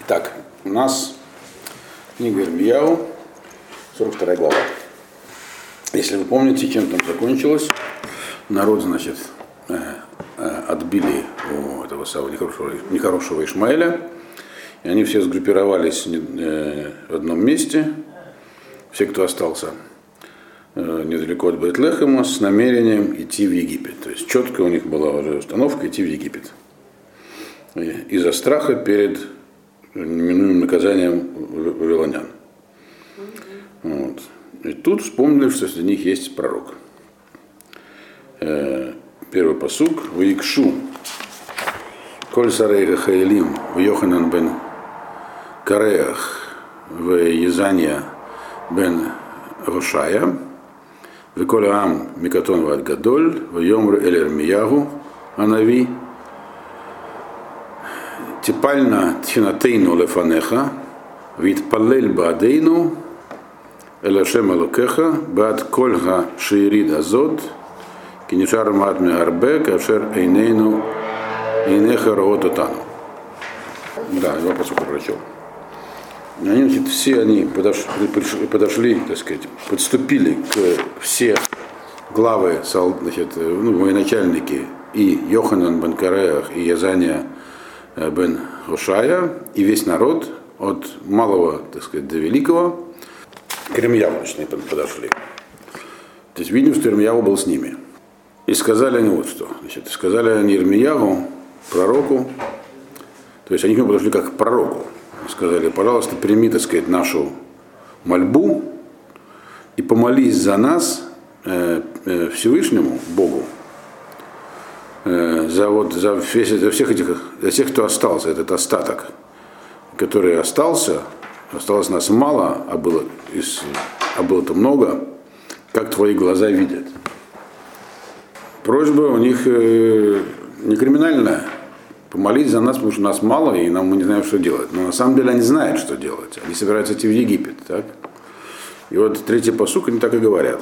Так, у нас книга Ирмияу, 42 глава. Если вы помните, чем там закончилось, народ, значит, отбили у этого самого нехорошего Ишмаэля, и они все сгруппировались в одном месте, все, кто остался недалеко от Бейт-Лехема, с намерением идти в Египет. То есть четко у них была уже установка идти в Египет. Из-за страха перед неминуемым наказанием вавилонян. Вот. И тут вспомнили, что среди них есть пророк. Первый пасук. Ваикшу коль сарейга хаилим в Йоханан бен Кареах в Езания бен Рошая в коль ам микатон вад гадоль в Йомр эль Ирмиягу анави Типальна тхинатейну лефанеха, вид палель баадейну, элашем алукеха, бад кольга шиирид азот, кинишар мат мегарбе, кашер эйнейну, эйнеха роототану. Да, я по сути прочел. Они, значит, все они подошли, так сказать, подступили к все главы, значит, военачальники, и Йоханан бен Кареах, и Язания бен Рошая, и весь народ, от малого, так сказать, до великого, к Ирмияу подошли. То есть видим, что Ирмияу был с ними. И сказали они вот что. Значит, сказали они Ирмияу, пророку, то есть они к нему подошли как к пророку. Сказали: пожалуйста, прими, так сказать, нашу мольбу и помолись за нас Всевышнему Богу, за всех, кто остался, этот остаток, который остался, осталось нас мало, а было-то много, как твои глаза видят. Просьба у них не криминальная. Помолись за нас, потому что нас мало, и мы не знаем, что делать. Но на самом деле они знают, что делать. Они собираются идти в Египет. Так? И вот третий пасук, они так и говорят.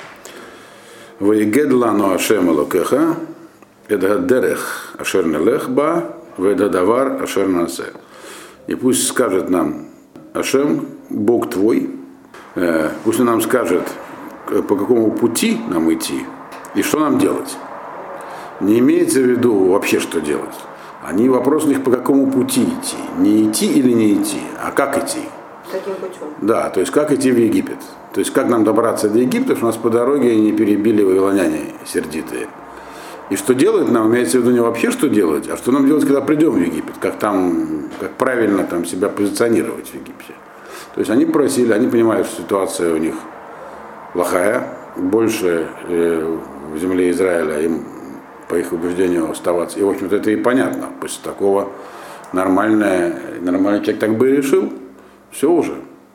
Ваигед лану Ашем Элокеха, эдгадерех ашер нелех ба, ведадавар ашер насе. И пусть скажет нам Ашем, Бог твой, пусть он нам скажет, по какому пути нам идти и что нам делать. Не имеется в виду вообще, что делать. Вопрос у них, по какому пути идти. Не идти или не идти, а как идти. Каким путем? Да, то есть как идти в Египет. То есть как нам добраться до Египта, чтобы нас по дороге не перебили вавилоняне сердитые. И что делать нам, имеется в виду не вообще, что делать, а что нам делать, когда придем в Египет, как правильно там себя позиционировать в Египте. То есть они просили, они понимают, что ситуация у них плохая, больше в земле Израиля им, по их убеждению, оставаться. И, в общем-то, это и понятно. После такого нормальный человек так бы и решил. Все уже.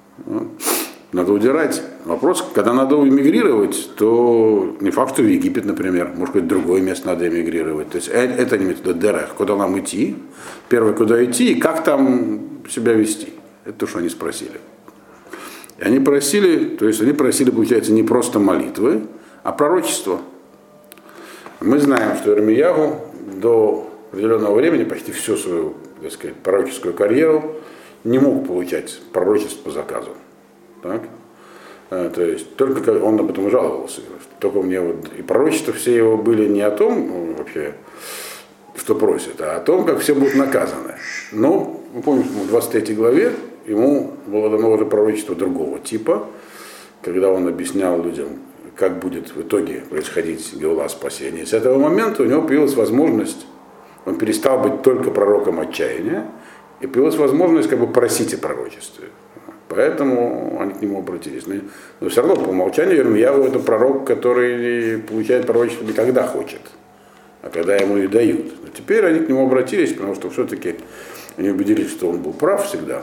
Надо удирать. Вопрос, когда надо эмигрировать, то не факт, что в Египет, например. Может быть, в другое место надо эмигрировать. То есть это не метод дерех. Куда нам идти? Первое, куда идти и как там себя вести. Это то, что они спросили. И они просили, получается, не просто молитвы, а пророчество. Мы знаем, что Ирмияу до определенного времени, почти всю свою, так сказать, пророческую карьеру, не мог получать пророчеств по заказу. Так? То есть только он об этом жаловался. Только мне и пророчества все его были не о том, вообще, что просят, а о том, как все будут наказаны. Но, мы помним, в 23 главе ему было дано уже пророчество другого типа, когда он объяснял людям, как будет в итоге происходить геула спасения. С этого момента у него появилась возможность, он перестал быть только пророком отчаяния, и появилась возможность просить о пророчестве. Поэтому они к нему обратились. Но все равно по умолчанию Ирмияу это пророк, который получает пророчество не когда хочет, а когда ему и дают. Но теперь они к нему обратились, потому что все-таки они убедились, что он был прав всегда.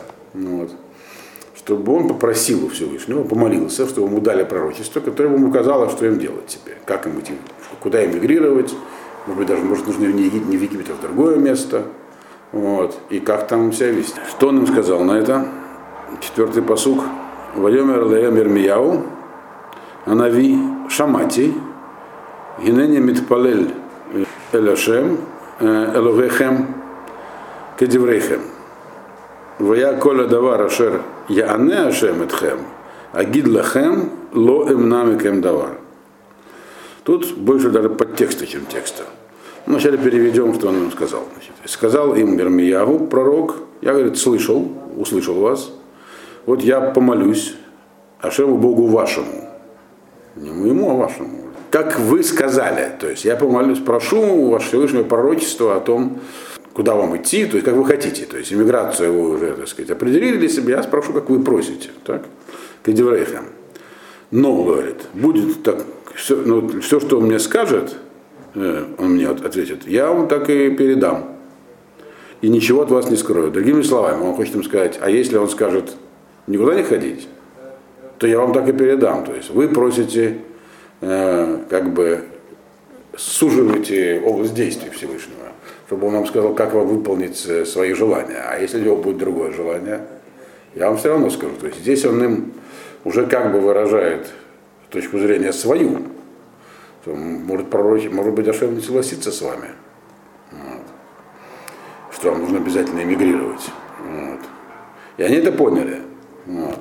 Чтобы он попросил у Всевышнего, помолился, чтобы ему дали пророчество, которое ему указало, что им делать теперь, как им идти, куда эмигрировать, может нужно не в Египет, а в другое место, и как там себя вести. Что он им сказал на это? 4-й пасук. Вайомер леем Ирмияу, анави шамати, гинене митпалель эль Ашем, элогехем, кедиврейхем. Вая коля давар ашер яане ашем этхем, агид лахем ло эмнамикем давар. Тут больше даже подтекста, чем текста. Вначале переведем, что он им сказал. Значит, сказал им Ирмиягу, пророк, я, говорит, услышал вас, вот я помолюсь Ашему Богу вашему, не моему, а вашему, как вы сказали, то есть я помолюсь, прошу ваше Всевышнее пророчество о том, куда вам идти, то есть как вы хотите, то есть иммиграцию вы уже, так сказать, определили для себя, я спрошу, как вы просите, так, Кедеврейхам. Но, говорит, будет так, все, что он мне скажет, он мне ответит, я вам так и передам. И ничего от вас не скрою. Другими словами, он хочет им сказать, а если он скажет никуда не ходить, то я вам так и передам. То есть вы просите, как бы суживаете область действий Всевышнего, чтобы он вам сказал, как вам выполнить свои желания. А если у него будет другое желание, я вам все равно скажу. То есть здесь он им уже как бы выражает точку зрения свою. Может быть, Ашем не согласится с вами, вот, что вам нужно обязательно эмигрировать. Вот. И они это поняли. Вот.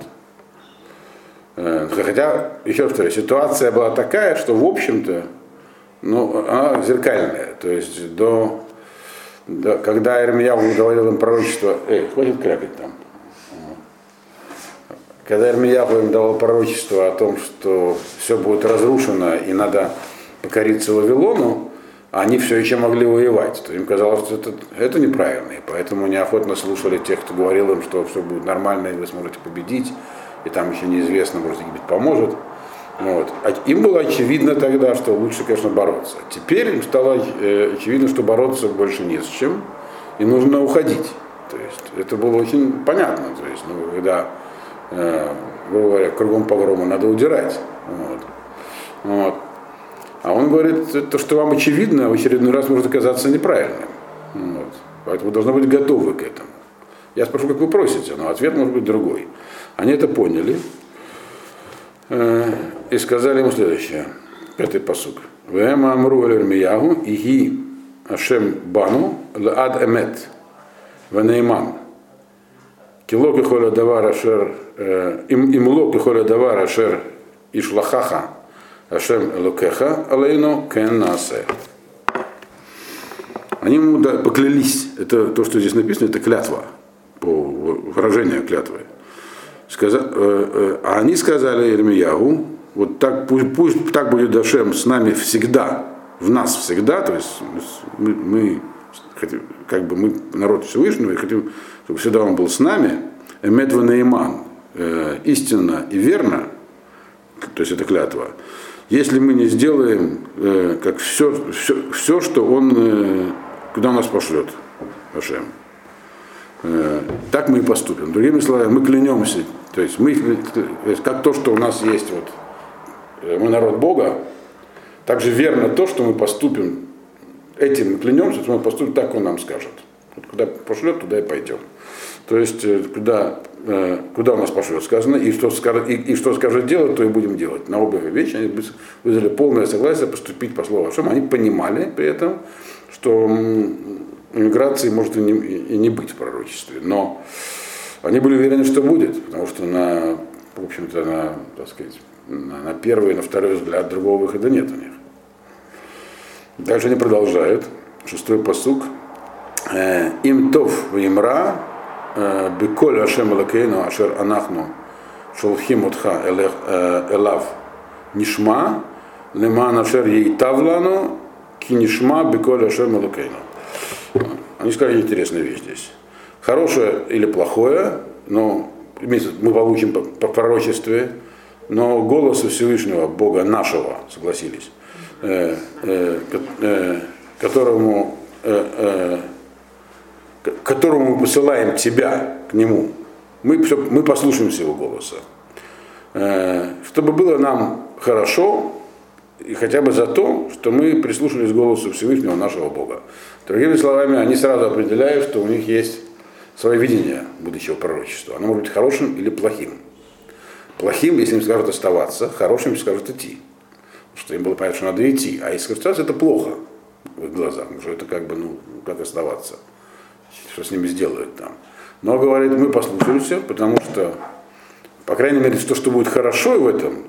Хотя, еще раз говорю, ситуация была такая, что, в общем-то, она зеркальная. То есть, когда Ирмияу говорил им пророчество, хватит крякать там. Когда Ирмияу им давал пророчество о том, что все будет разрушено и надо покориться Вавилону, они все еще могли воевать. То им казалось, что это неправильно, и поэтому неохотно слушали тех, кто говорил им, что все будет нормально, и вы сможете победить, и там еще неизвестно, может, Египет поможет. Вот. Им было очевидно тогда, что лучше, конечно, бороться. Теперь им стало очевидно, что бороться больше не с чем, и нужно уходить. То есть это было очень понятно. То есть, когда, грубо говоря, кругом погрома надо удирать. Вот. А он говорит, то, что вам очевидно, в очередной раз может оказаться неправильным. Вот. Поэтому вы должны быть готовы к этому. Я спрошу, как вы просите, но ответ может быть другой. Они это поняли и сказали ему следующее. 5-й пасук. Вэма амру эль-Ирмиягу иги ашем бану лад эмет ванейман. Килок и холя давар ашер имлок и холя давар ашер ишлахаха Ашем Элокеха Алейно Кен Наасе. Они ему поклялись. Это то, что здесь написано, это клятва, по выражению клятвы. А они сказали Ирмиягу, вот так, пусть так будет Ашем с нами всегда, в нас всегда, то есть мы как бы мы народ Всевышнего, и хотим, чтобы всегда он был с нами, Эмет ванейман, истинно и верно, то есть это клятва. Если мы не сделаем как все, что он, куда нас пошлет, Ашем, так мы и поступим. Другими словами, мы клянемся, то есть как то, что у нас есть, вот, мы народ Бога, так же верно то, что мы поступим, этим мы клянемся, что мы поступим так, как он нам скажет. Вот куда пошлет, туда и пойдем. То есть куда у нас пошлет сказано, и что скажет делать, то и будем делать. На обе вещи они вызвали полное согласие поступить по слову Ашема. Они понимали при этом, что иммиграции может и не быть в пророчестве. Но они были уверены, что будет, потому что в общем-то, на первый и на второй взгляд другого выхода нет у них. Дальше они продолжают. 6-й пасук. Им тов вимра биколь Ашем Элокейну ашер анахну шолхим отха элав нишма леман ашер ейтавлану ки нишма биколь Ашем Элокейну. Они сказали интересную вещь здесь. Хорошее или плохое, но мы получим по пророчестве, но голосу Всевышнего, Бога нашего, согласились, которому мы посылаем тебя к нему, мы послушаемся его голоса. Чтобы было нам хорошо, и хотя бы за то, что мы прислушались к голосу Всевышнего нашего Бога. Другими словами, они сразу определяют, что у них есть свое видение будущего пророчества. Оно может быть хорошим или плохим. Плохим, если им скажут оставаться, хорошим, если скажут идти. Потому что им было понятно, что надо идти. А если скажут оставаться, это плохо в их глазах. Потому что это как бы, как оставаться. Что с ними сделают там. Но, говорит, мы послушаемся, потому что, по крайней мере, то, что будет хорошо в этом,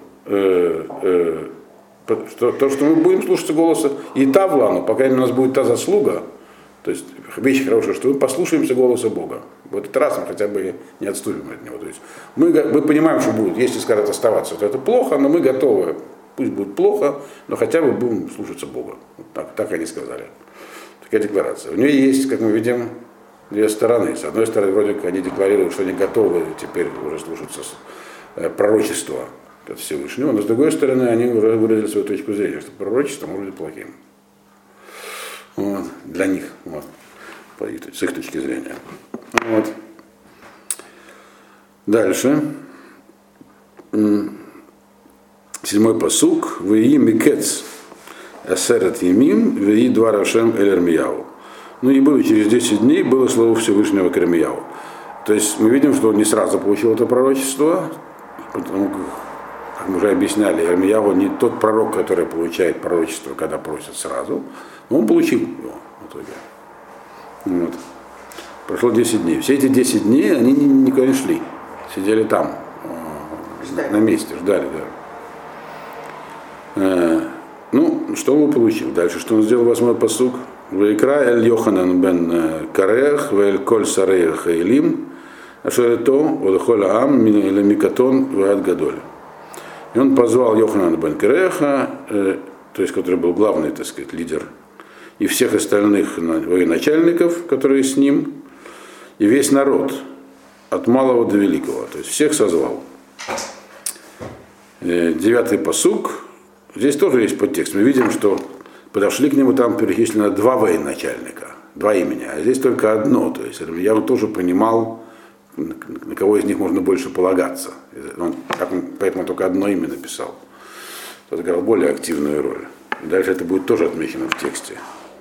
то, что мы будем слушаться голоса и Тавлану, по крайней мере, у нас будет та заслуга, то есть вещь хорошая, что мы послушаемся голоса Бога. В этот раз мы хотя бы не отступим от него. То есть мы понимаем, что будет, если скажут оставаться, то это плохо, но мы готовы. Пусть будет плохо, но хотя бы будем слушаться Бога. Вот так они сказали. Такая декларация. У нее есть, как мы видим, две стороны. С одной стороны, вроде как они декларируют, что они готовы теперь уже слушаться пророчества от Всевышнего, но с другой стороны, они уже выразили свою точку зрения, что пророчество может быть плохим. Вот. Для них, вот. С их точки зрения. Вот. Дальше. 7 пасук. Веи микец асерет ямим, веи два рашем эль Ирмияу. Ну и было через 10 дней, было слово Всевышнего к Ирмияу. То есть мы видим, что он не сразу получил это пророчество, потому как мы уже объясняли, Ирмияу не тот пророк, который получает пророчество, когда просит сразу, но он получил его в итоге. Вот. Прошло 10 дней. Все эти 10 дней они никуда не шли. Сидели там, на месте, ждали, да. Ну, что он получил? Дальше, что он сделал, 8 пасук. Вайкра эль Йоханан бен Карех, вэль коль сарея хаилим, ашерето, одахоля ам, или микатон, ваат гадоль. И он позвал Йоханана бен Кареха, то есть, который был главный, так сказать, лидер, и всех остальных военачальников, которые с ним, и весь народ, от малого до великого, то есть всех созвал. 9 пасук. Здесь тоже есть подтекст. Мы видим, что подошли к нему, там перечислено 2 военачальника, 2 имени, а здесь только одно. То есть я тоже понимал, на кого из них можно больше полагаться. Поэтому только одно имя написал. Тот играл более активную роль. И дальше это будет тоже отмечено в тексте.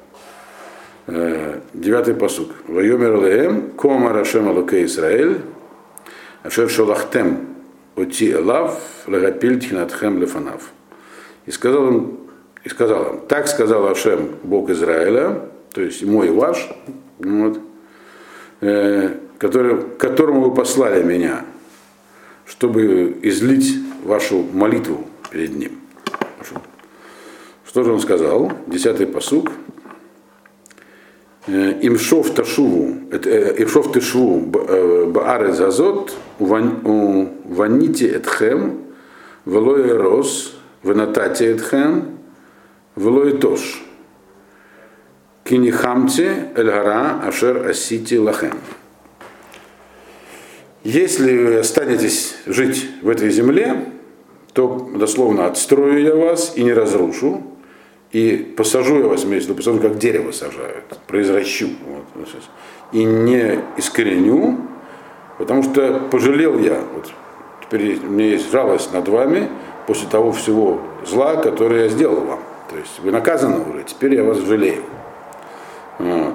9 пасук. Вайомер леем, кома рашем алокей Исраэль, ашер шолахтем оти элав, лагапиль тхинатхем лефанав. И сказал им, так сказал Ашем, Бог Израиля, то есть мой и ваш, вот, которому вы послали меня, чтобы излить вашу молитву перед ним. Что же он сказал? 10 пасук. Имшов ташуву, имшов тишву баарец азот, ваните этхем, велое рос, венатате этхем, велое тош, кинихамте эльгара ашер асити лахем. Если вы останетесь жить в этой земле, то дословно отстрою я вас и не разрушу, и посажу я вас вместе, посажу, как дерево сажают, произращу, вот, и не искореню, потому что пожалел я, вот, теперь у меня есть жалость над вами после того всего зла, которое я сделал вам. То есть вы наказаны уже, теперь я вас жалею. Вот.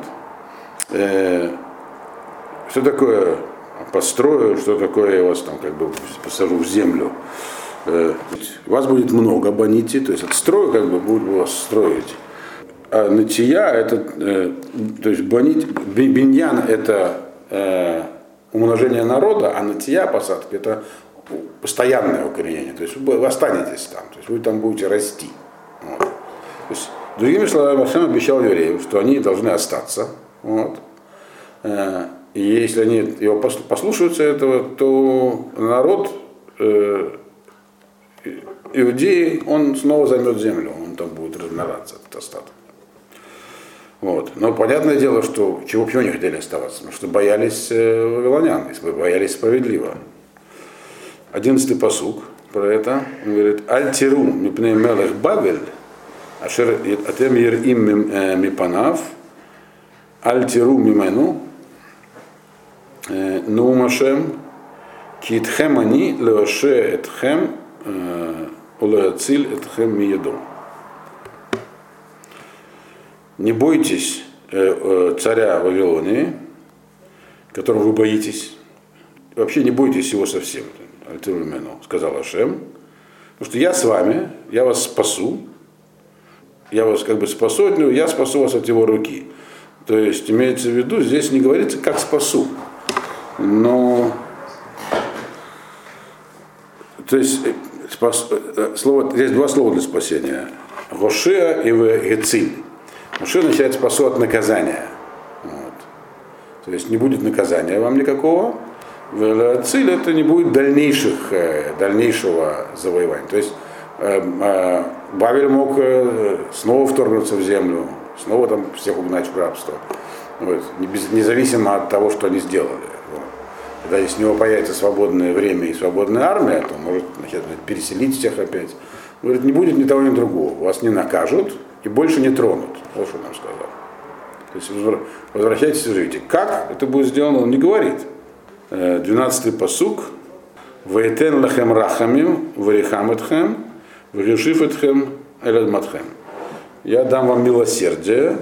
Что такое построю, что такое я вас там как бы посажу в землю? Вас будет много, баните, то есть отстрою, как бы буду вас строить. А натия это, то есть банить, биньян это умножение народа, а натия посадка это постоянное укоренение. То есть вы останетесь там, то есть вы там будете расти. Вот. То есть, другими словами, Ашем обещал евреям, что они должны остаться. Вот. И если они его послушаются этого, то народ Иудеи, он снова займет землю, он там будет размножаться, этот остаток. Вот. Но понятное дело, что почему не хотели оставаться? Потому что боялись вавилонян, боялись справедливо. 11 пасук про это. Он говорит, «Аль-тиру мипней мелех Бавель, ашер атем ерим мипанав, аль-тиру мимену, нуумашем, ки итхем ани леоше этхем, улеоциль этхем миедом». Не бойтесь царя Вавилонии, которого вы боитесь. Вообще не бойтесь его совсем, сказал Ашем. Потому что я с вами, я вас спасу. Я вас как бы спасу от него, я спасу вас от его руки. То есть имеется в виду, здесь не говорится, как спасу. Но, то есть, здесь два слова для спасения. Гошеа и Гециль. Гошеа означает спасу от наказания. Вот. То есть не будет наказания вам никакого. Гециль это не будет дальнейшего завоевания. То есть Бавель мог снова вторгнуться в землю, снова там всех угнать в рабство. Вот. Независимо от того, что они сделали. Вот. Когда если у него появится свободное время и свободная армия, то он может переселить всех опять. Он говорит, не будет ни того, ни другого. Вас не накажут и больше не тронут. Вот что он нам сказал. То есть возвращайтесь и живите. Как это будет сделано, он не говорит. 12-й пасук. Ваэтен лахем рахамим, варихам этхем, варишиф этхем, элядматхем. Я дам вам милосердие,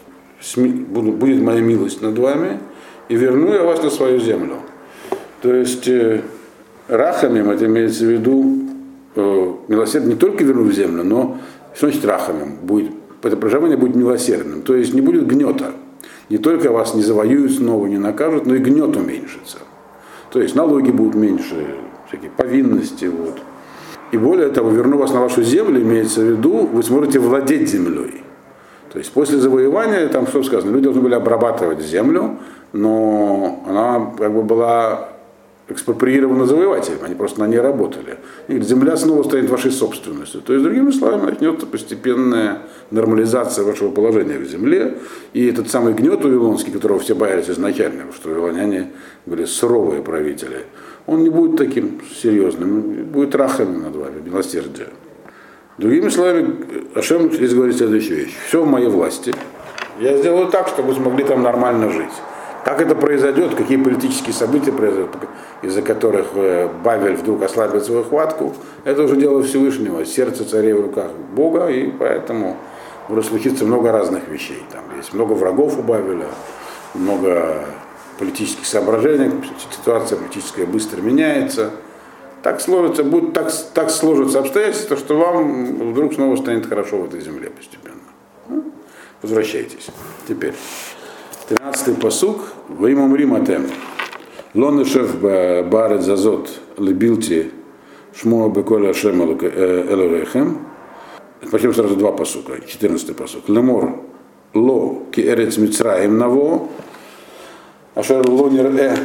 будет моя милость над вами, и верну я вас на свою землю. То есть рахамим, это имеется в виду, милосердие не только верну в землю, но что значит рахамим? Это проживание будет милосердным, то есть не будет гнета. Не только вас не завоюют снова, не накажут, но и гнет уменьшится. То есть налоги будут меньше, всякие повинности. Вот. И более того, верну вас на вашу землю, имеется в виду, вы сможете владеть землей. То есть после завоевания, там что сказано, люди должны были обрабатывать землю, но она как бы была экспроприирована завоевателем, они просто на ней работали. И земля снова станет вашей собственностью. То есть, другими словами, начнется постепенная нормализация вашего положения в земле. И этот самый гнет вавилонский, которого все боялись изначально, потому что вавилоняне были суровые правители, он не будет таким серьезным, будет рахами над вами, милосердие. Другими словами, Ашем здесь говорит следующую вещь. Все в моей власти. Я сделаю так, чтобы вы смогли там нормально жить. Как это произойдет, какие политические события произойдут, из-за которых Бавель вдруг ослабит свою хватку, это уже дело Всевышнего. Сердце царей в руках Бога, и поэтому будет случиться много разных вещей. Там есть много врагов у Бавеля, много политических соображений, ситуация политическая быстро меняется. Так сложится, так сложатся обстоятельства, что вам вдруг снова станет хорошо в этой земле постепенно. Возвращайтесь. Теперь. 13-й пасук. Ваимам риматем. Лон ишев баарет зазот лебилти шмоа беколя ашем элорехем. Почему сразу два пасука? 14-й пасук. Лемор ло ки эрец мицраим наво. Ашер лонер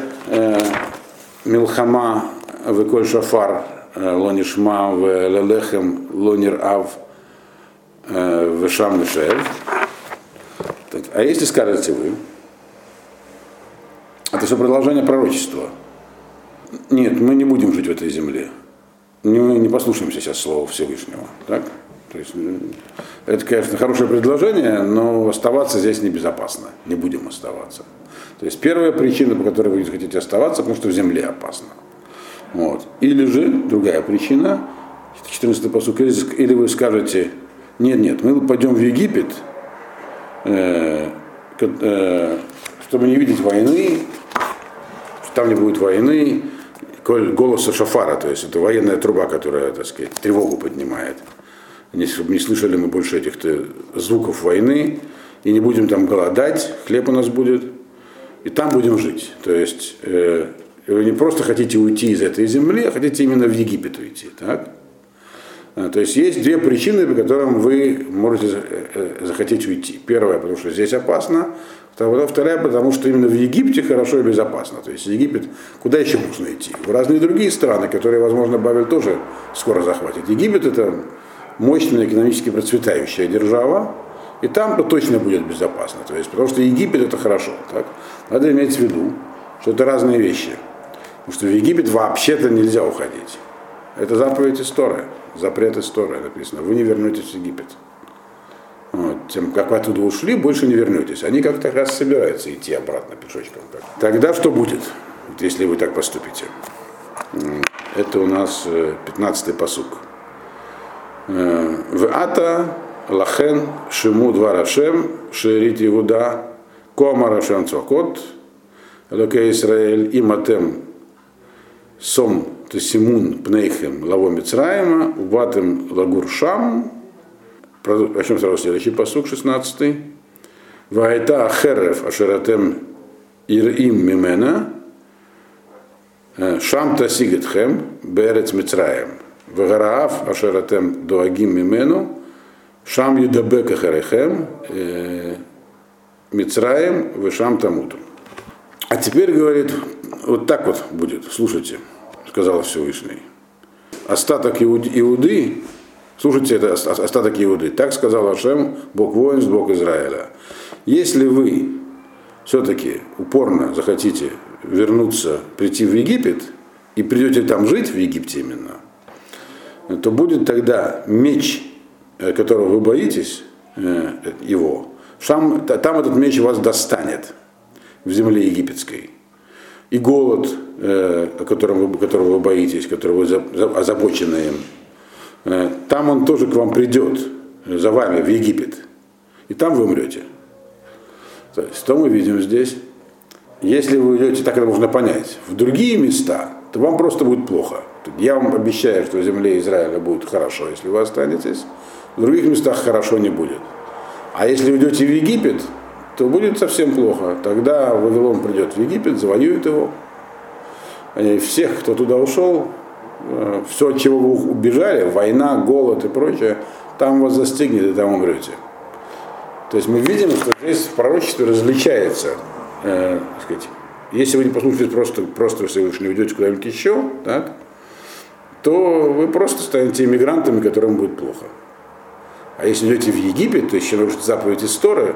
милхама веколь шафар лонишма велелехем лонер ав вешам нешев. А если скажете вы, это все продолжение пророчества. Нет, мы не будем жить в этой земле. Мы не послушаемся сейчас слова Всевышнего. Так? То есть, это, конечно, хорошее предложение, но оставаться здесь небезопасно. Не будем оставаться. То есть первая причина, по которой вы хотите оставаться, потому что в земле опасно. Вот. Или же, другая причина, 14-й пасук, или вы скажете, нет, мы пойдем в Египет, чтобы не видеть войны, там не будет войны, голоса шофара, то есть это военная труба, которая, так сказать, тревогу поднимает. Чтобы не слышали мы больше этих звуков войны, и не будем там голодать, хлеб у нас будет, и там будем жить. То есть вы не просто хотите уйти из этой земли, а хотите именно в Египет уйти. Так? То есть есть две причины, по которым вы можете захотеть уйти. Первая, потому что здесь опасно. Вторая, потому что именно в Египте хорошо и безопасно. То есть Египет, куда еще можно идти? В разные другие страны, которые, возможно, Бавель тоже скоро захватит. Египет это мощная, экономически процветающая держава, и там точно будет безопасно. То есть, потому что Египет это хорошо. Так? Надо иметь в виду, что это разные вещи. Потому что в Египет вообще-то нельзя уходить. Это заповедь Истории. Запрет Истории написано. Вы не вернетесь в Египет. Вот. Тем, как вы оттуда ушли, больше не вернетесь. Они как-то раз собираются идти обратно пешочком. Тогда что будет, если вы так поступите? Это у нас 15-й пасук. В ата лахен шиму дварашем шерит Иуда кома рашем цвакот элокей Исраэль иматем сом тесимун пнейхем лаво Мицраима убатем лагуршам. О чем сразу следующий пасук, 16-й. Вайта херев ашератем ирим мимена Шам тасигетхем берец Мицраем. Вегараав ашератем доагим мимену. Шам юдабека харехем Мицраем вешам тамуту. А теперь, говорит, вот так вот будет, слушайте, сказал Всевышний. Остаток Иуды, слушайте, это остаток Иуды, так сказал Ашем, Бог воинств, Бог Израиля. Если вы все-таки упорно захотите вернуться, прийти в Египет, и придете там жить, в Египте именно, то будет тогда меч, которого вы боитесь, его, там этот меч вас достанет в земле египетской. И голод, которого вы боитесь, которого вы озабочены им, там он тоже к вам придет, за вами, в Египет. И там вы умрете. То есть, что мы видим здесь? Если вы идете, так это можно понять, в другие места, то вам просто будет плохо. Я вам обещаю, что в земле Израиля будет хорошо, если вы останетесь. В других местах хорошо не будет. А если вы идете в Египет, то будет совсем плохо. Тогда Вавилон придет в Египет, завоюет его. И всех, кто туда ушел, все, от чего вы убежали, война, голод и прочее, там вас застигнет и там умрете. То есть мы видим, что здесь в пророчестве различается, сказать, если вы не послушаете просто Всевышний, уйдете куда-нибудь еще, так, то вы просто станете иммигрантами, которым будет плохо. А если идете в Египет, то еще нарушите заповедь Торы,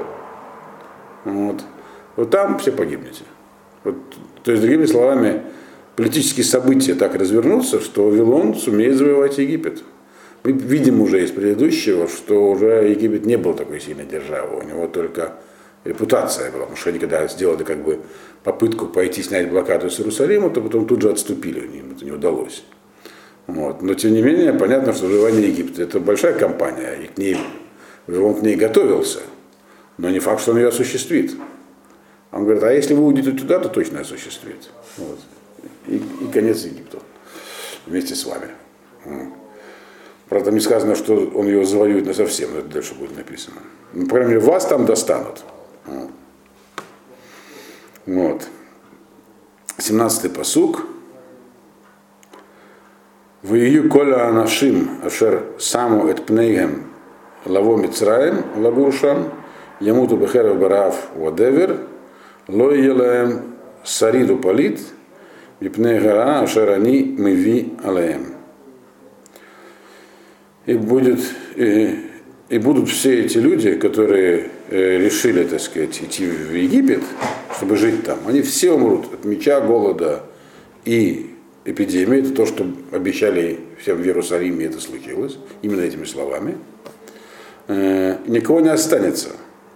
вот там все погибнете. Вот, то есть, другими словами, политические события так развернутся, что Вавилон сумеет завоевать Египет. Мы видим уже из предыдущего, что уже Египет не был такой сильной державой, у него только репутация была, потому что они когда сделали как бы попытку пойти снять блокаду с Иерусалима, то потом тут же отступили, им это не удалось. Вот. Но тем не менее, понятно, что завоевание Египта это большая кампания, и к ней, Вавилон к ней готовился, но не факт, что он ее осуществит. Он говорит, а если вы уйдете туда, то точно осуществит. Вот. И конец Египту вместе с вами. Правда, не сказано, что он ее завоюет насовсем, но это дальше будет написано. Ну, по крайней мере, вас там достанут. Вот. 17-й пасук. Вию коля анашим ашер саму эт пнейгем лаво Мицраем лагуршам ямуту бехерев барав вадевер лой елаем сариду палит мипней гара ашер они миви алаем. И будут все эти люди, которые решили, так сказать, идти в Египет, чтобы жить там, они все умрут от меча, голода и эпидемии. Это то, что обещали всем в Иерусалиме, это случилось, именно этими словами. Никого не останется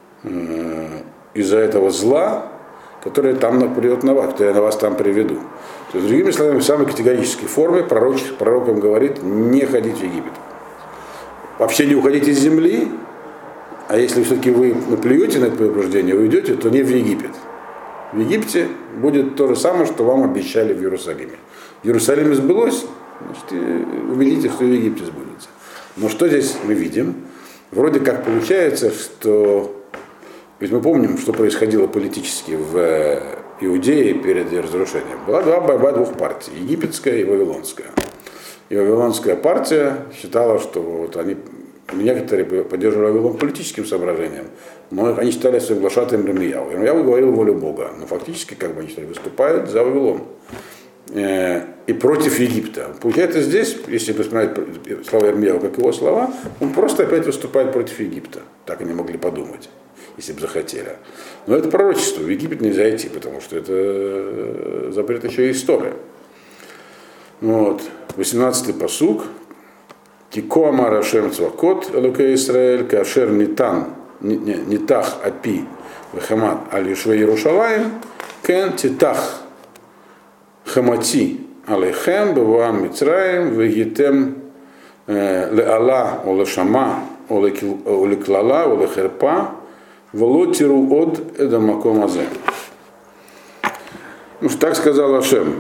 из-за этого зла, которое там придет на вас, которое я на вас там приведу. То есть, другими словами, в самой категорической форме пророк им говорит, не ходить в Египет. Вообще не уходите из земли, а если все-таки вы наплюете на это предупреждение, уйдете, то не в Египет. В Египте будет то же самое, что вам обещали в Иерусалиме. В Иерусалиме сбылось, значит, увидите, что в Египте сбудется. Но что здесь мы видим? Вроде как получается, что... Ведь мы помним, что происходило политически в Иудее перед разрушением. Была борьба двух партий, египетская и вавилонская. И вавилонская партия считала, что вот они, некоторые поддерживали Вавилон политическим соображением, но они считали своим глашатаем Ирмияу. Ирмияу говорил волю Бога, но фактически, как бы они считали, выступают за Вавилон и против Египта. Получается здесь, если посмотреть слова Ирмияу как его слова, он просто опять выступает против Египта. Так они могли подумать, если бы захотели. Но это пророчество, в Египет нельзя идти, потому что это запрет еще и история. Вот. 18-й пасук. Кико амар Ашем цвакот элокей Исраэль кашер нитах апи вехамат аль юшвей Иерушалаим кен титах хамати алейхем бевуам Мицраим вегитем леала о лешама о леклала о лехерпа волотиру от эдамаком азе. Ну, так сказал Ашем,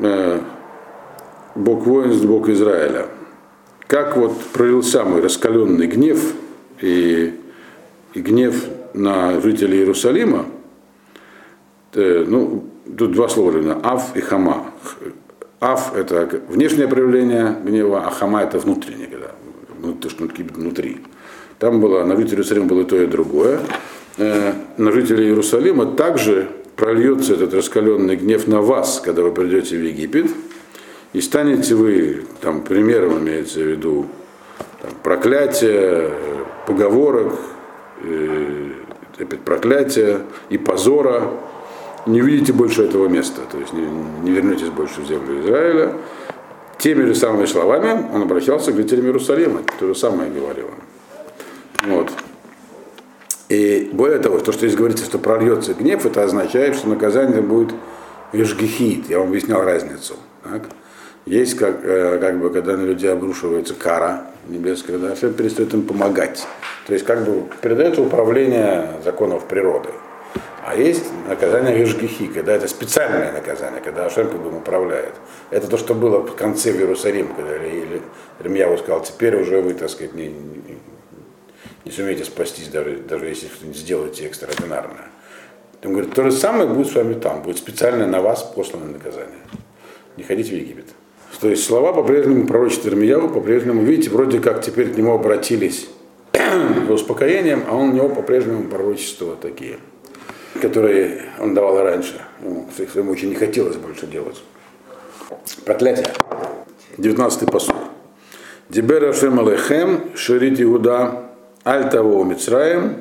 Бог воинств, Бог Израиля. Как вот пролился мой раскаленный гнев и гнев на жителей Иерусалима, ну, тут два слова, Ав и Хама. Аф – это внешнее проявление гнева, а хама – это внутреннее, когда внутри. Там было, на жителей Иерусалима было и то, и другое. На жителей Иерусалима также прольется этот раскаленный гнев на вас, когда вы придете в Египет, и станете вы, там, примером имеется в виду, там, проклятия, поговорок, опять проклятия и позора. Не видите больше этого места, то есть не вернетесь больше в землю Израиля. Теми же самыми словами он обращался к жителям Иерусалима, то же самое говорил. Вот. И более того, то, что здесь говорится, что прольется гнев, это означает, что наказание будет эшгихит. Я вам объяснял разницу. Так? Есть, как бы, когда на людей обрушивается кара небесная, когда все перестает им помогать. То есть, как бы, передается управление законов природы. А есть наказание эшгихи, когда это специальное наказание, когда Ашем как бы управляет. Это то, что было в конце в Иерусалиме, когда Ирмияу сказал, теперь уже вы, так сказать, не сумеете спастись, даже если что-нибудь сделаете экстраординарное. Он говорит, то же самое будет с вами там, будет специально на вас посланное наказание. Не ходите в Египет. То есть слова по-прежнему пророчества Ирмияу, по-прежнему, видите, вроде как теперь к нему обратились за успокоением, а он у него по-прежнему пророчества такие, которые он давал раньше. Ему очень не хотелось больше делать. Проклятие. 19-й пасук. Дибер Ашем алейхем, ширит Иуда, аль того Мицраем,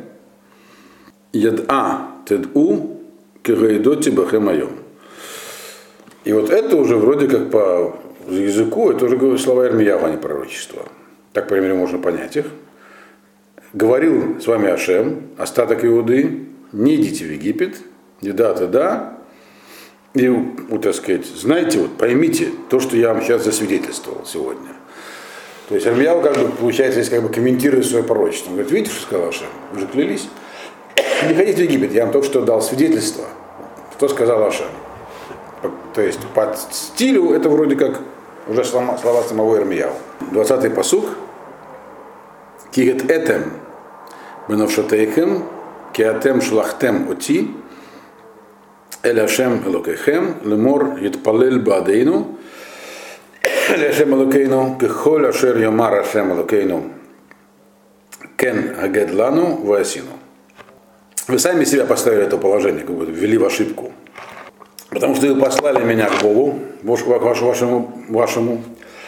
яд-а тед-у, кегайдоти бахем айом. И вот это уже вроде как по языку, это уже слова Ирмияу, а не пророчества. Так, по крайней мере, можно понять их. Говорил с вами Ашем, остаток Иуды, не идите в Египет, да. И, вот, так сказать, знаете, вот поймите то, что я вам сейчас засвидетельствовал сегодня. То есть Ирмияу, как бы, получается, здесь как бы комментирует свое пророчество. Он говорит, видите, что сказал Ашем? Вы же клялись. Не ходите в Египет, я вам только что дал свидетельство, что сказал Ашем. То есть по стилю это вроде как уже слова самого Ирмияу. 20-й пасук. Кигет этем бенавшатейхем киатем шлахтем оти эль Ашем элокейхем лемор йитпалел баадейну эль Ашем элокейну кехоль ашер йомар Ашем элокейну кен агед лану ваасину. Вы сами себя поставили это положение, как бы ввели в ошибку. Потому что вы послали меня к Богу, вашему,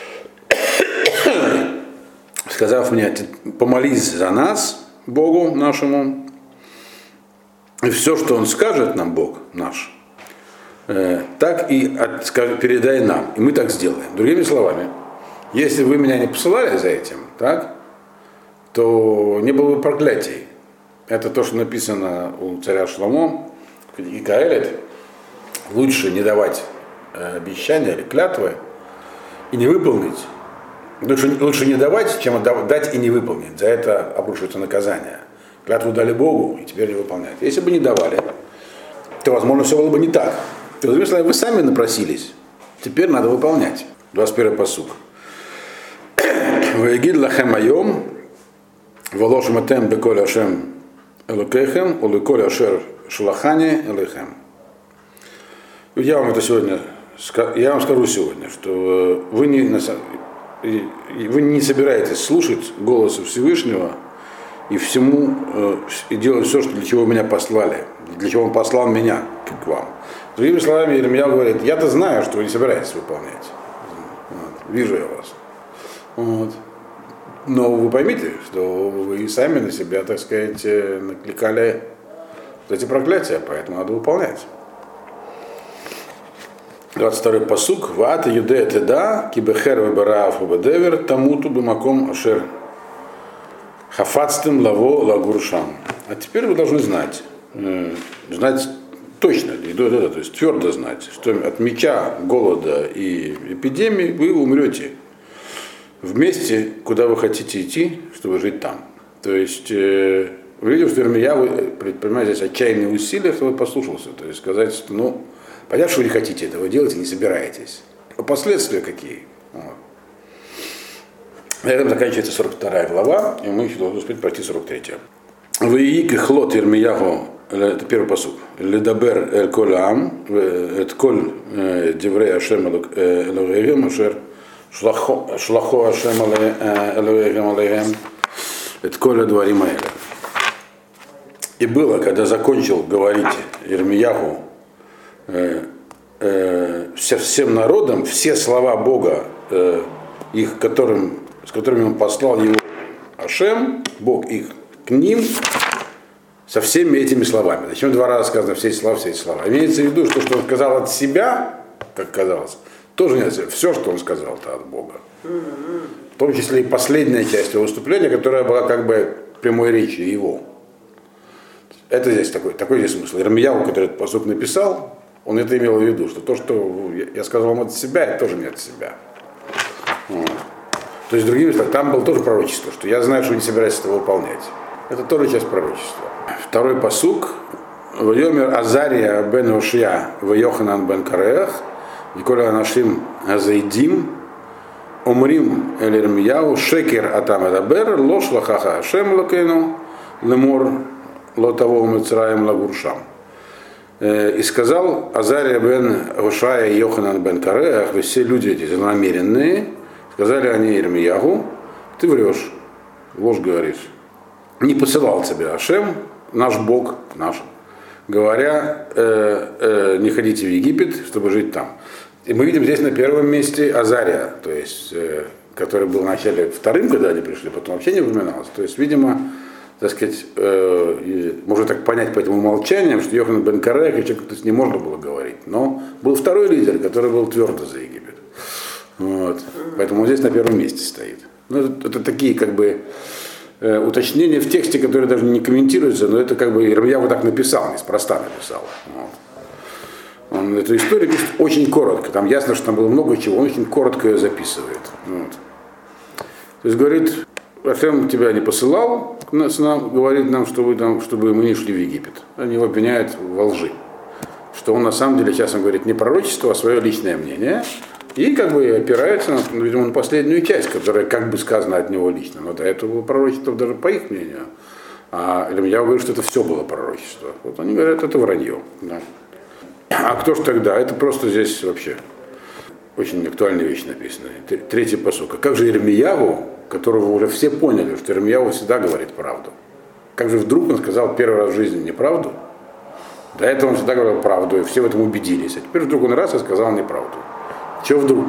сказав мне, помолись за нас, Богу нашему, и все, что Он скажет нам, Бог наш, так и передай нам, и мы так сделаем. Другими словами, если вы меня не посылали за этим, так, то не было бы проклятий. Это то, что написано у царя Шломо, в книге Каэлет. Лучше не давать обещания или клятвы и не выполнить. Лучше не давать, чем дать и не выполнить. За это обрушивается наказание. Клятву дали Богу и теперь не выполняют. Если бы не давали, то, возможно, все было бы не так. То есть, вы сами напросились. Теперь надо выполнять. 21-й пасук. Ваегид лахем айом, волош матем беколь Ашем элокейхем, улыколь ашер шлахани элейхем. Я вам скажу сегодня, что вы не собираетесь слушать голоса Всевышнего и и делать все, для чего меня послали, для чего Он послал меня к вам. Другими словами, Ирмияу говорит, я-то знаю, что вы не собираетесь выполнять. Вот, вижу я вас. Вот. Но вы поймите, что вы сами на себя, так сказать, накликали эти проклятия, поэтому надо выполнять. 22-й пасук. Ваат юдея теда, кибехер вебараф вебедевер, тамуту бимаком ашер хафацтым лаво лагуршам. А теперь вы должны знать точно, то есть твердо знать, что от меча, голода и эпидемии вы умрете в месте, куда вы хотите идти, чтобы жить там. То есть вы видите, что Ирмияу предпринимает здесь отчаянные усилия, чтобы послушался. То есть сказать, что понятно, что вы не хотите этого делать и не собираетесь. А последствия какие? Вот. На этом заканчивается 42 глава, и мы еще должны успеть пройти 43. Ваиик и хлот Ирмияу это первый посуд. Ледабер эль коль ам, эт коль деврей Ашем элогегем, ашер шлахо Ашем элогегем алейгем, эт коль дворим аэля. И было, когда закончил говорить Ирмияху всем народам, все слова Бога, их, с которыми он послал его Ашем, Бог их к ним, со всеми этими словами. Зачем два раза сказано все эти слова? Имеется в виду, что он сказал от себя, как казалось, тоже не от себя. Все, что он сказал, это от Бога. В том числе и последняя часть его выступления, которая была как бы прямой речью его. Это здесь такой здесь смысл. Ирмияу, который этот пасук написал, он это имел в виду, что то, что я сказал вам от себя, это тоже не от себя. Вот. То есть, другими словами, там было тоже пророчество, что я знаю, что вы не собираетесь это выполнять. Это тоже часть пророчества. Второй пасук. Вайомер Азария бен Ушья вайоханан бен Кареах Виколя Анашим Азайдим Омрим эль Ирмияу Шекер Атам Эдабер Лош Лахаха Ашем Лакейну Лемор Лотаво Мицраем Лагуршам. И сказал Азария бен Ушая и Йоханан бен Кареах, все люди эти злонамеренные, сказали они Ирмиягу, ты врешь, ложь говоришь. Не посылал тебя Ашем, наш Бог, наш, говоря, не ходите в Египет, чтобы жить там. И мы видим здесь на первом месте Азария, то есть, который был вначале вторым, когда они пришли, потом вообще не упоминалось. То есть, видимо, так сказать, можно так понять по этому умолчанию, что Йоханан бен Кареах, и человеку не можно было говорить. Но был второй лидер, который был твердо за Египет. Вот. Поэтому он здесь на первом месте стоит. Ну, это такие как бы уточнения в тексте, которые даже не комментируются, но это как бы Ирмияу так написал, неспроста написал. Вот. Он эту историю пишет очень коротко. Там ясно, что там было много чего, он очень коротко ее записывает. Вот. То есть говорит, Ашем тебя не посылал, говорит нам, чтобы мы не шли в Египет. Они его обвиняют во лжи. Что он на самом деле, сейчас он говорит, не пророчество, а свое личное мнение. И как бы опирается, видимо, на последнюю часть, которая как бы сказана от него лично. Но до этого было пророчество даже по их мнению. А я говорю, что это все было пророчество. Вот они говорят, это вранье. Да. А кто же тогда? Это просто здесь вообще очень актуальная вещь написана. Третий пасук. А как же Ирмиягу, которого уже все поняли, что Ирмиягу всегда говорит правду? Как же вдруг он сказал первый раз в жизни неправду? До этого он всегда говорил правду, и все в этом убедились. А теперь вдруг он раз и сказал неправду. Чего вдруг?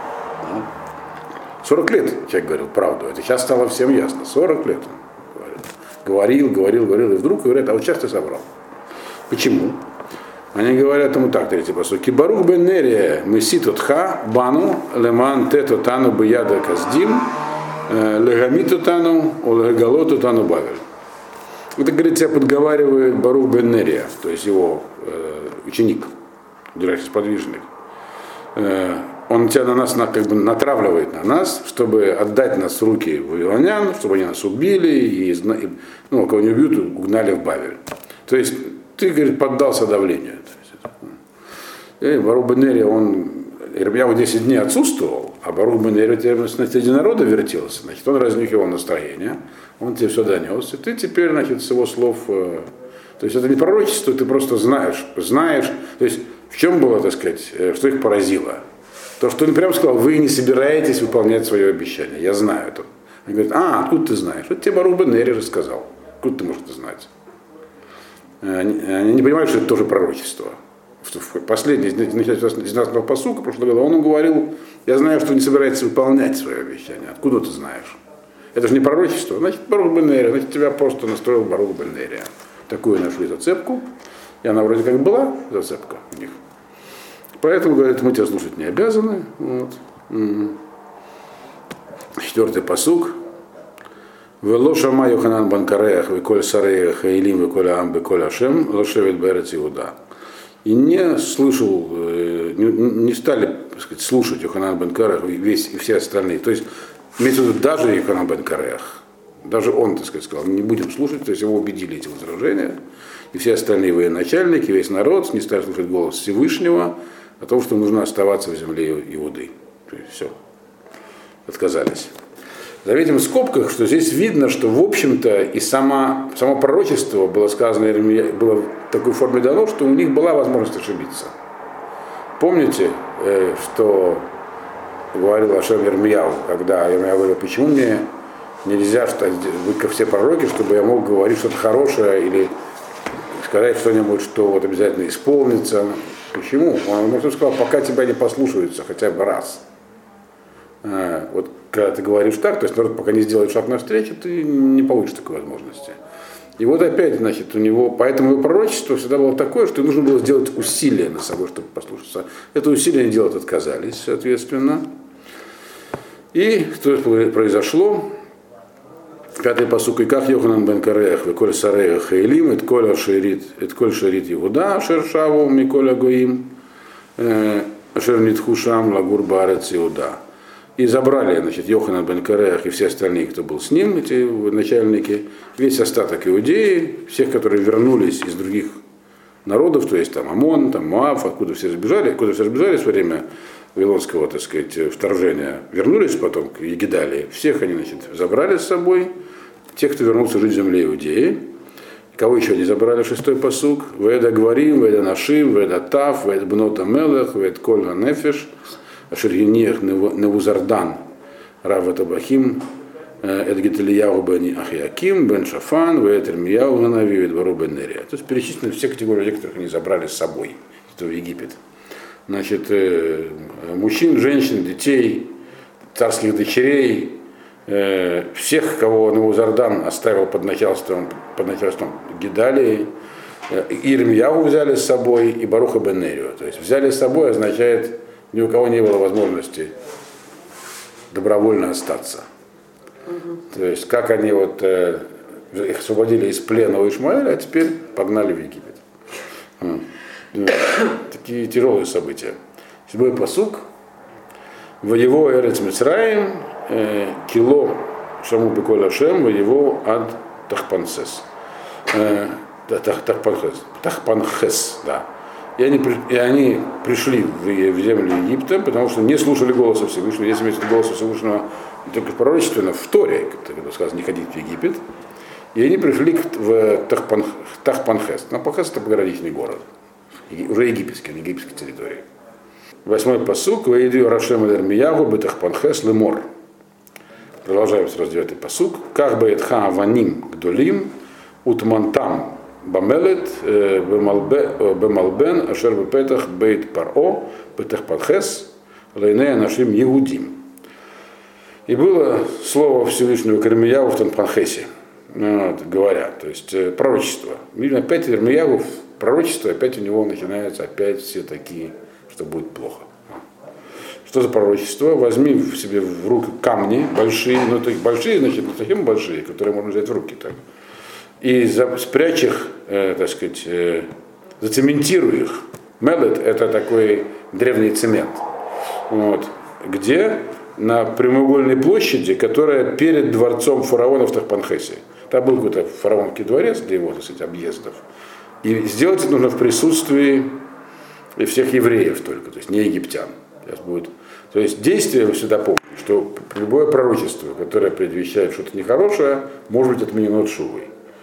40 лет человек говорил правду. Это сейчас стало всем ясно. 40 лет он говорил, и вдруг говорят, а вот сейчас ты соврал. Почему? Они говорят ему так, третий посуд. Кибарух бен Нерия меситотха бану леман тето тану бияда каздим легамиту тану олегалоту тану бавель. Это, говорит, тебя подговаривает Барух бен Нерия, то есть его ученик, сподвижник. Он тебя на нас как бы натравливает на нас, чтобы отдать нас в руки вавилонян, чтобы они нас убили, и кого не убьют, угнали в Бавель. То есть ты, говорит, поддался давлению. И Барух бен Нерия, Ирмияу 10 дней отсутствовал, а Барух бен Нерия среди народа вертелся, значит, он разнюхивал настроение, он тебе все донес, и ты теперь, значит, с его слов, то есть это не пророчество, ты просто знаешь, то есть в чем было, так сказать, что их поразило? То, что он прямо сказал, вы не собираетесь выполнять свое обещание. Я знаю это. Они говорят, откуда ты знаешь? Это тебе Барух бен Нерия же сказал. Откуда ты можешь это знать? Они не понимают, что это тоже пророчество. В последний из 19 пасука прошлого года он говорил, я знаю, что не собираетесь выполнять свое обещание. Откуда ты знаешь? Это же не пророчество. Значит, Барух бен Нерия, значит, тебя просто настроил Барух бен Нерия. Такую нашли зацепку. И она вроде как была, зацепка у них. Поэтому, говорят, мы тебя слушать не обязаны. Вот. Четвертый пасук. Вело шама Йоханан бен Кареах, веколь сарея хаилим, веколь ам, веколь ашем, лошевит берец Иуда. И не слышал, не стали, так сказать, слушать Йоханан бен Кареах и все остальные. То есть, имеется в виду даже Йоханан бен Кареах. Даже он, так сказать, сказал, не будем слушать, то есть его убедили эти возражения. И все остальные военачальники, весь народ не стали слушать голос Всевышнего о том, что нужно оставаться в земле Иуды. То есть все, отказались. Заметим в скобках, что здесь видно, что в общем-то и само пророчество было сказано, было в такой форме дано, что у них была возможность ошибиться. Помните, что говорил Ашем Ирмияу, когда Ирмияу говорил, почему мне нельзя, что вы ко все пророки, чтобы я мог говорить что-то хорошее или сказать что-нибудь, что вот обязательно исполнится. Почему? Он сказал, пока тебя не послушаются хотя бы раз. Вот когда ты говоришь так, то есть народ пока не сделает шаг навстречу, ты не получишь такой возможности. И вот опять, значит, у него, поэтому его пророчество всегда было такое, что нужно было сделать усилие над собой, чтобы послушаться. Это усилие делать отказались, соответственно. И что произошло? Пятый пасук, и как Йоханан бен Кареях, веколь сареях хейлим, et коль шерит Иуда, ашер шаву миколь агоим, ашер нитхушам лагур баарец Иуда. И забрали, значит, Йоханан бен Кареях и все остальные, кто был с ним, эти начальники, весь остаток Иудеи, всех, которые вернулись из других народов, то есть там Амон, там Моав, откуда все сбежали во время Вавилонского, так сказать, вторжения, вернулись потом к Егидалии, всех они, значит, забрали с собой, тех, кто вернулся жить в земле Иудеи. Кого еще не забрали, шестой пасук? Веда Гварим, Веда Нашим, Веда Тав, Веда Бнота Мелех, Веда Кольга Нефеш, Ашергиниях Невузардан, Рава Табахим, Эдгиталияу бен Ахиаким, бен Шафан, Веда Термияу Нанави, Веда Бару бен Нерия. То есть перечислены все категории людей, которых они забрали с собой в Египет. Значит, мужчин, женщин, детей, царских дочерей, всех, кого Невузардан оставил под начальством Гидалии, Ирмияу взяли с собой и Баруха бен Нерию. То есть взяли с собой означает, ни у кого не было возможности добровольно остаться. То есть как они вот их освободили из плена у Ишмаэля, а теперь погнали в Египет. Такие тяжелые события. Седьмой пасук. В его Эрец Мицраим кило шаму беколь Ашем, в его ад Тахпанхес. Тахпанхес, да. И они пришли в землю Египта, потому что не слушали голоса Всевышнего. Если имеется голоса Всевышнего не только пророчественно, в Торе, когда сказано, не ходить в Египет. И они пришли в Тахпанхес. Тахпанхес — это пограничный город. Уже египетский, на египетской территории. Восьмой пасук. Ваиди Рашем Ирмиягу Бетахпанхес Лемор. Продолжаем с 9-й пасук. Как беетха аваним гдолим утмантам бамелет бемалбен ашер бепетах бейт паро Бетахпанхес лейнея нашим Егудим. И было слово Всевышнего к Ирмиягу в Тахпанхесе. Вот, говоря, то есть пророчество. Видно, опять Ирмиягу пророчество, опять у него начинаются опять все такие, что будет плохо. Что за пророчество? Возьми в себе в руки камни большие, но такие большие, значит, не совсем большие, которые можно взять в руки так. И спрячь их, так сказать, зацементируй их. Мелет — это такой древний цемент. Вот. Где? На прямоугольной площади, которая перед дворцом фараона в Тахпанхесе. Там был какой-то фараонский дворец для его, так сказать, объездов. И сделать это нужно в присутствии всех евреев только, то есть не египтян. Сейчас будет. То есть действие, вы всегда помните, что любое пророчество, которое предвещает что-то нехорошее, может быть отменено тшувой.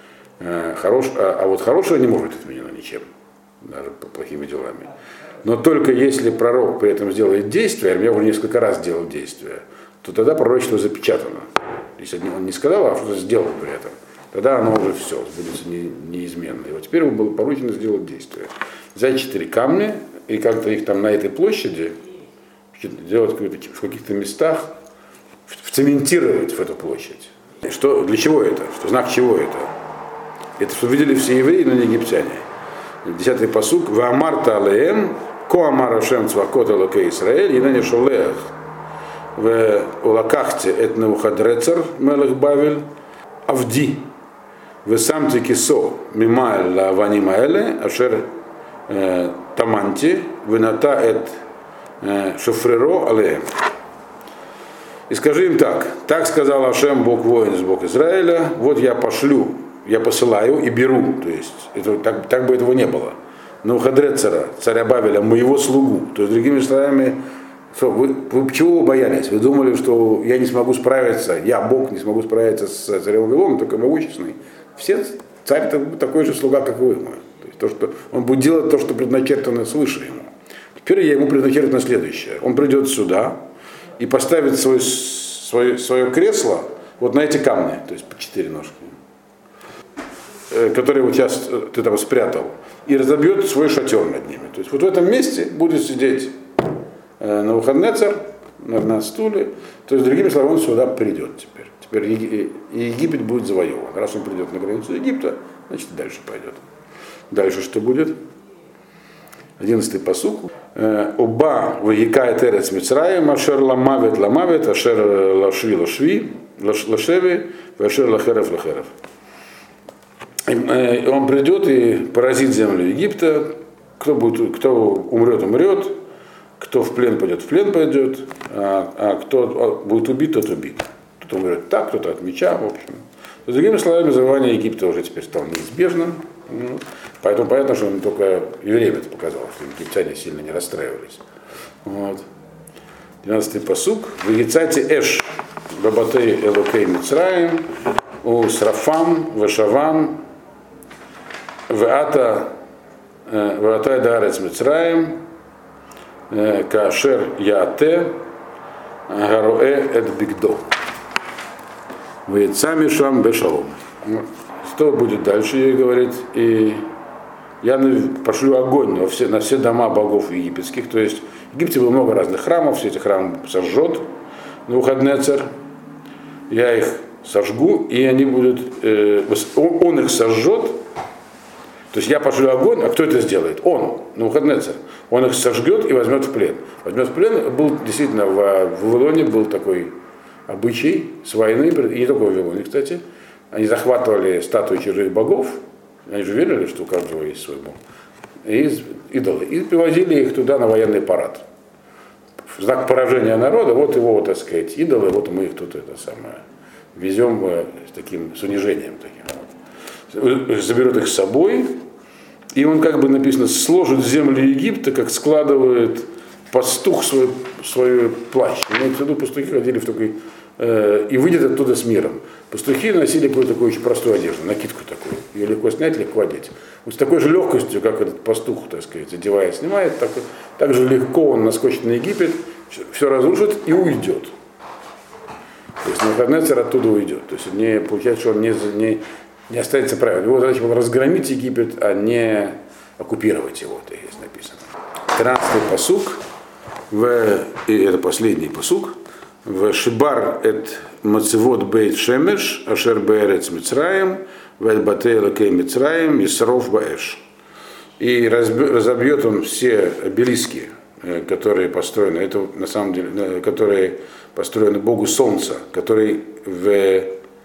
А вот хорошее не может быть отменено ничем, даже плохими делами. Но только если пророк при этом сделает действие, я уже несколько раз делал действие, то тогда пророчество запечатано. Если он не сказал, а что-то сделал при этом, тогда оно уже все, будет неизменно. И вот теперь ему было поручено сделать действие. Взять 4 камня и как-то их там на этой площади делать в каких-то местах, вцементировать в эту площадь. Что, для чего это? Что, знак чего это? Это что видели все евреи, но не египтяне. 10-й пасук. Ваамарта алеем, коамар Ашем цвакот элокей Исраэль, и ныне шолех в улакахте эт Навуходоносор мелех Бавель, авди в самте кисо мимаэль лаваним аэле, ашер таманти, вената эт шофреро алеем. И скажи им так сказал Ашем, Бог воин, Бог Израиля, вот я пошлю, я посылаю и беру, то есть это, так бы этого не было. Навуходоносора, царя Бавеля, моего слугу, то есть другими словами, Что, вы чего вы боялись? Вы думали, что я не смогу справиться, я, Бог, не смогу справиться с царем Вавилоном, только могущественный. Все царь такой же слуга, как вы. То есть то, что он будет делать то, что предначертано свыше ему. Теперь я ему предначертано следующее. Он придет сюда и поставит свое кресло вот на эти камни, то есть по 4 ножки, которые вот сейчас ты там спрятал, и разобьет свой шатер над ними. То есть вот в этом месте будет сидеть Навуходоносор на стуле, то есть, другими словами, он сюда придет теперь. Теперь Египет будет завоеван. Раз он придет на границу Египта, значит дальше пойдет. Дальше что будет? 11-й пасук. Оба вегикает эрец Мицраим, ашер ламавет ламавет, ашер лашви лашви, лашеви, ашер лахерев лахерев. Он придет и поразит землю Египта. Кто умрет, умрет. Кто в плен пойдет, а кто будет убит, тот убит. Кто-то умрет так, кто-то от меча, в общем. С другими словами, завоевание Египта уже теперь стало неизбежным. Поэтому понятно, что он только и время это показало, что египтяне сильно не расстраивались. Вот. 12-й пасук. В Егицате Эш, Бабатей Элокей Мицраим, у Срафам, Вешавам, Веата Дарец Мицраим, Кашер Яате, Гаруэ Эд Бигдо. Вейцами Шам Бешалом. Что будет дальше, ей говорит, и я пошлю огонь на все дома богов египетских. То есть в Египте было много разных храмов, все эти храмы сожжет Навуходоносор. Я их сожгу, и они будут, он их сожжет. То есть я пошлю огонь, а кто это сделает? Он, Навуходоносор. Он их сожгет и возьмет в плен. Возьмет в плен, был действительно в Вавилоне был такой обычай с войны, и не только в Вавилоне, кстати. Они захватывали статуи чужих богов, они же верили, что у каждого есть свой бог, и идолы, и привозили их туда на военный парад. В знак поражения народа, вот его, так сказать, идолы, вот мы их тут везем с унижением таким. Заберет их с собой, и он, как бы написано, сложит землю Египта, как складывает пастух свой плащ. Имеется в виду, пастухи ходили в такой, и выйдет оттуда с миром. Пастухи носили какую-то такую очень простую одежду, накидку такую. Ее легко снять, легко одеть. Вот с такой же легкостью, как этот пастух, так сказать, одевая, снимает, так же легко он наскочит на Египет, все разрушит и уйдет. То есть Навуходоносор оттуда уйдет. То есть получается, что он не останется правильно. Его задача была разгромить Египет, а не оккупировать его, так здесь написано. 13-й пасук, и это последний пасук, в Шибар эт Мацевод Бейт Шемеш, Ашер Беэрец Мицраим, Вэт Батей Лакей Мицраим, Исров Баэш. И разобьет он все обелиски, которые построены, это на самом деле, которые построены Богу Солнца, который в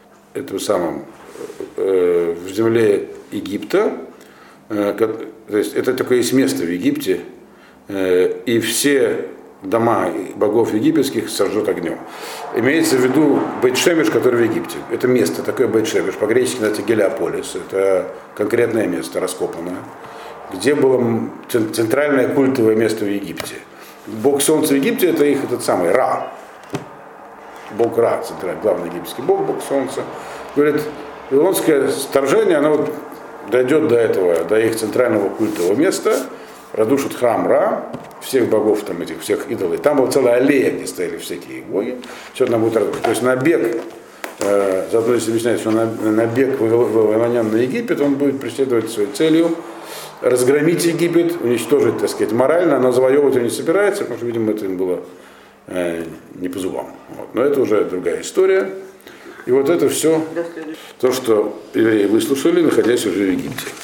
земле Египта, то есть это такое есть место в Египте, и все дома богов египетских сожжет огнем. Имеется в виду Бейт-Шемеш, который в Египте. Это место, такое Бейт-Шемеш, по-гречески называется Гелиополис. Это конкретное место, раскопанное, где было центральное культовое место в Египте. Бог Солнца в Египте это их этот самый Ра. Бог Ра, центральный, главный египетский бог Солнца. Говорит, вавилонское вторжение, оно дойдет до этого, до их центрального культового места, разрушит храм Ра, всех богов, там, этих всех идолов. Там была целая аллея, где стояли всякие боги. Все это будет разрушено. То есть набег, заодно если объяснять, что набег вавилонян на Египет, он будет преследовать своей целью разгромить Египет, уничтожить, так сказать, морально, но завоевывать он не собирается, потому что, видимо, это им было не по зубам. Вот. Но это уже другая история. И вот это все то, что евреи выслушали, находясь уже в Египте.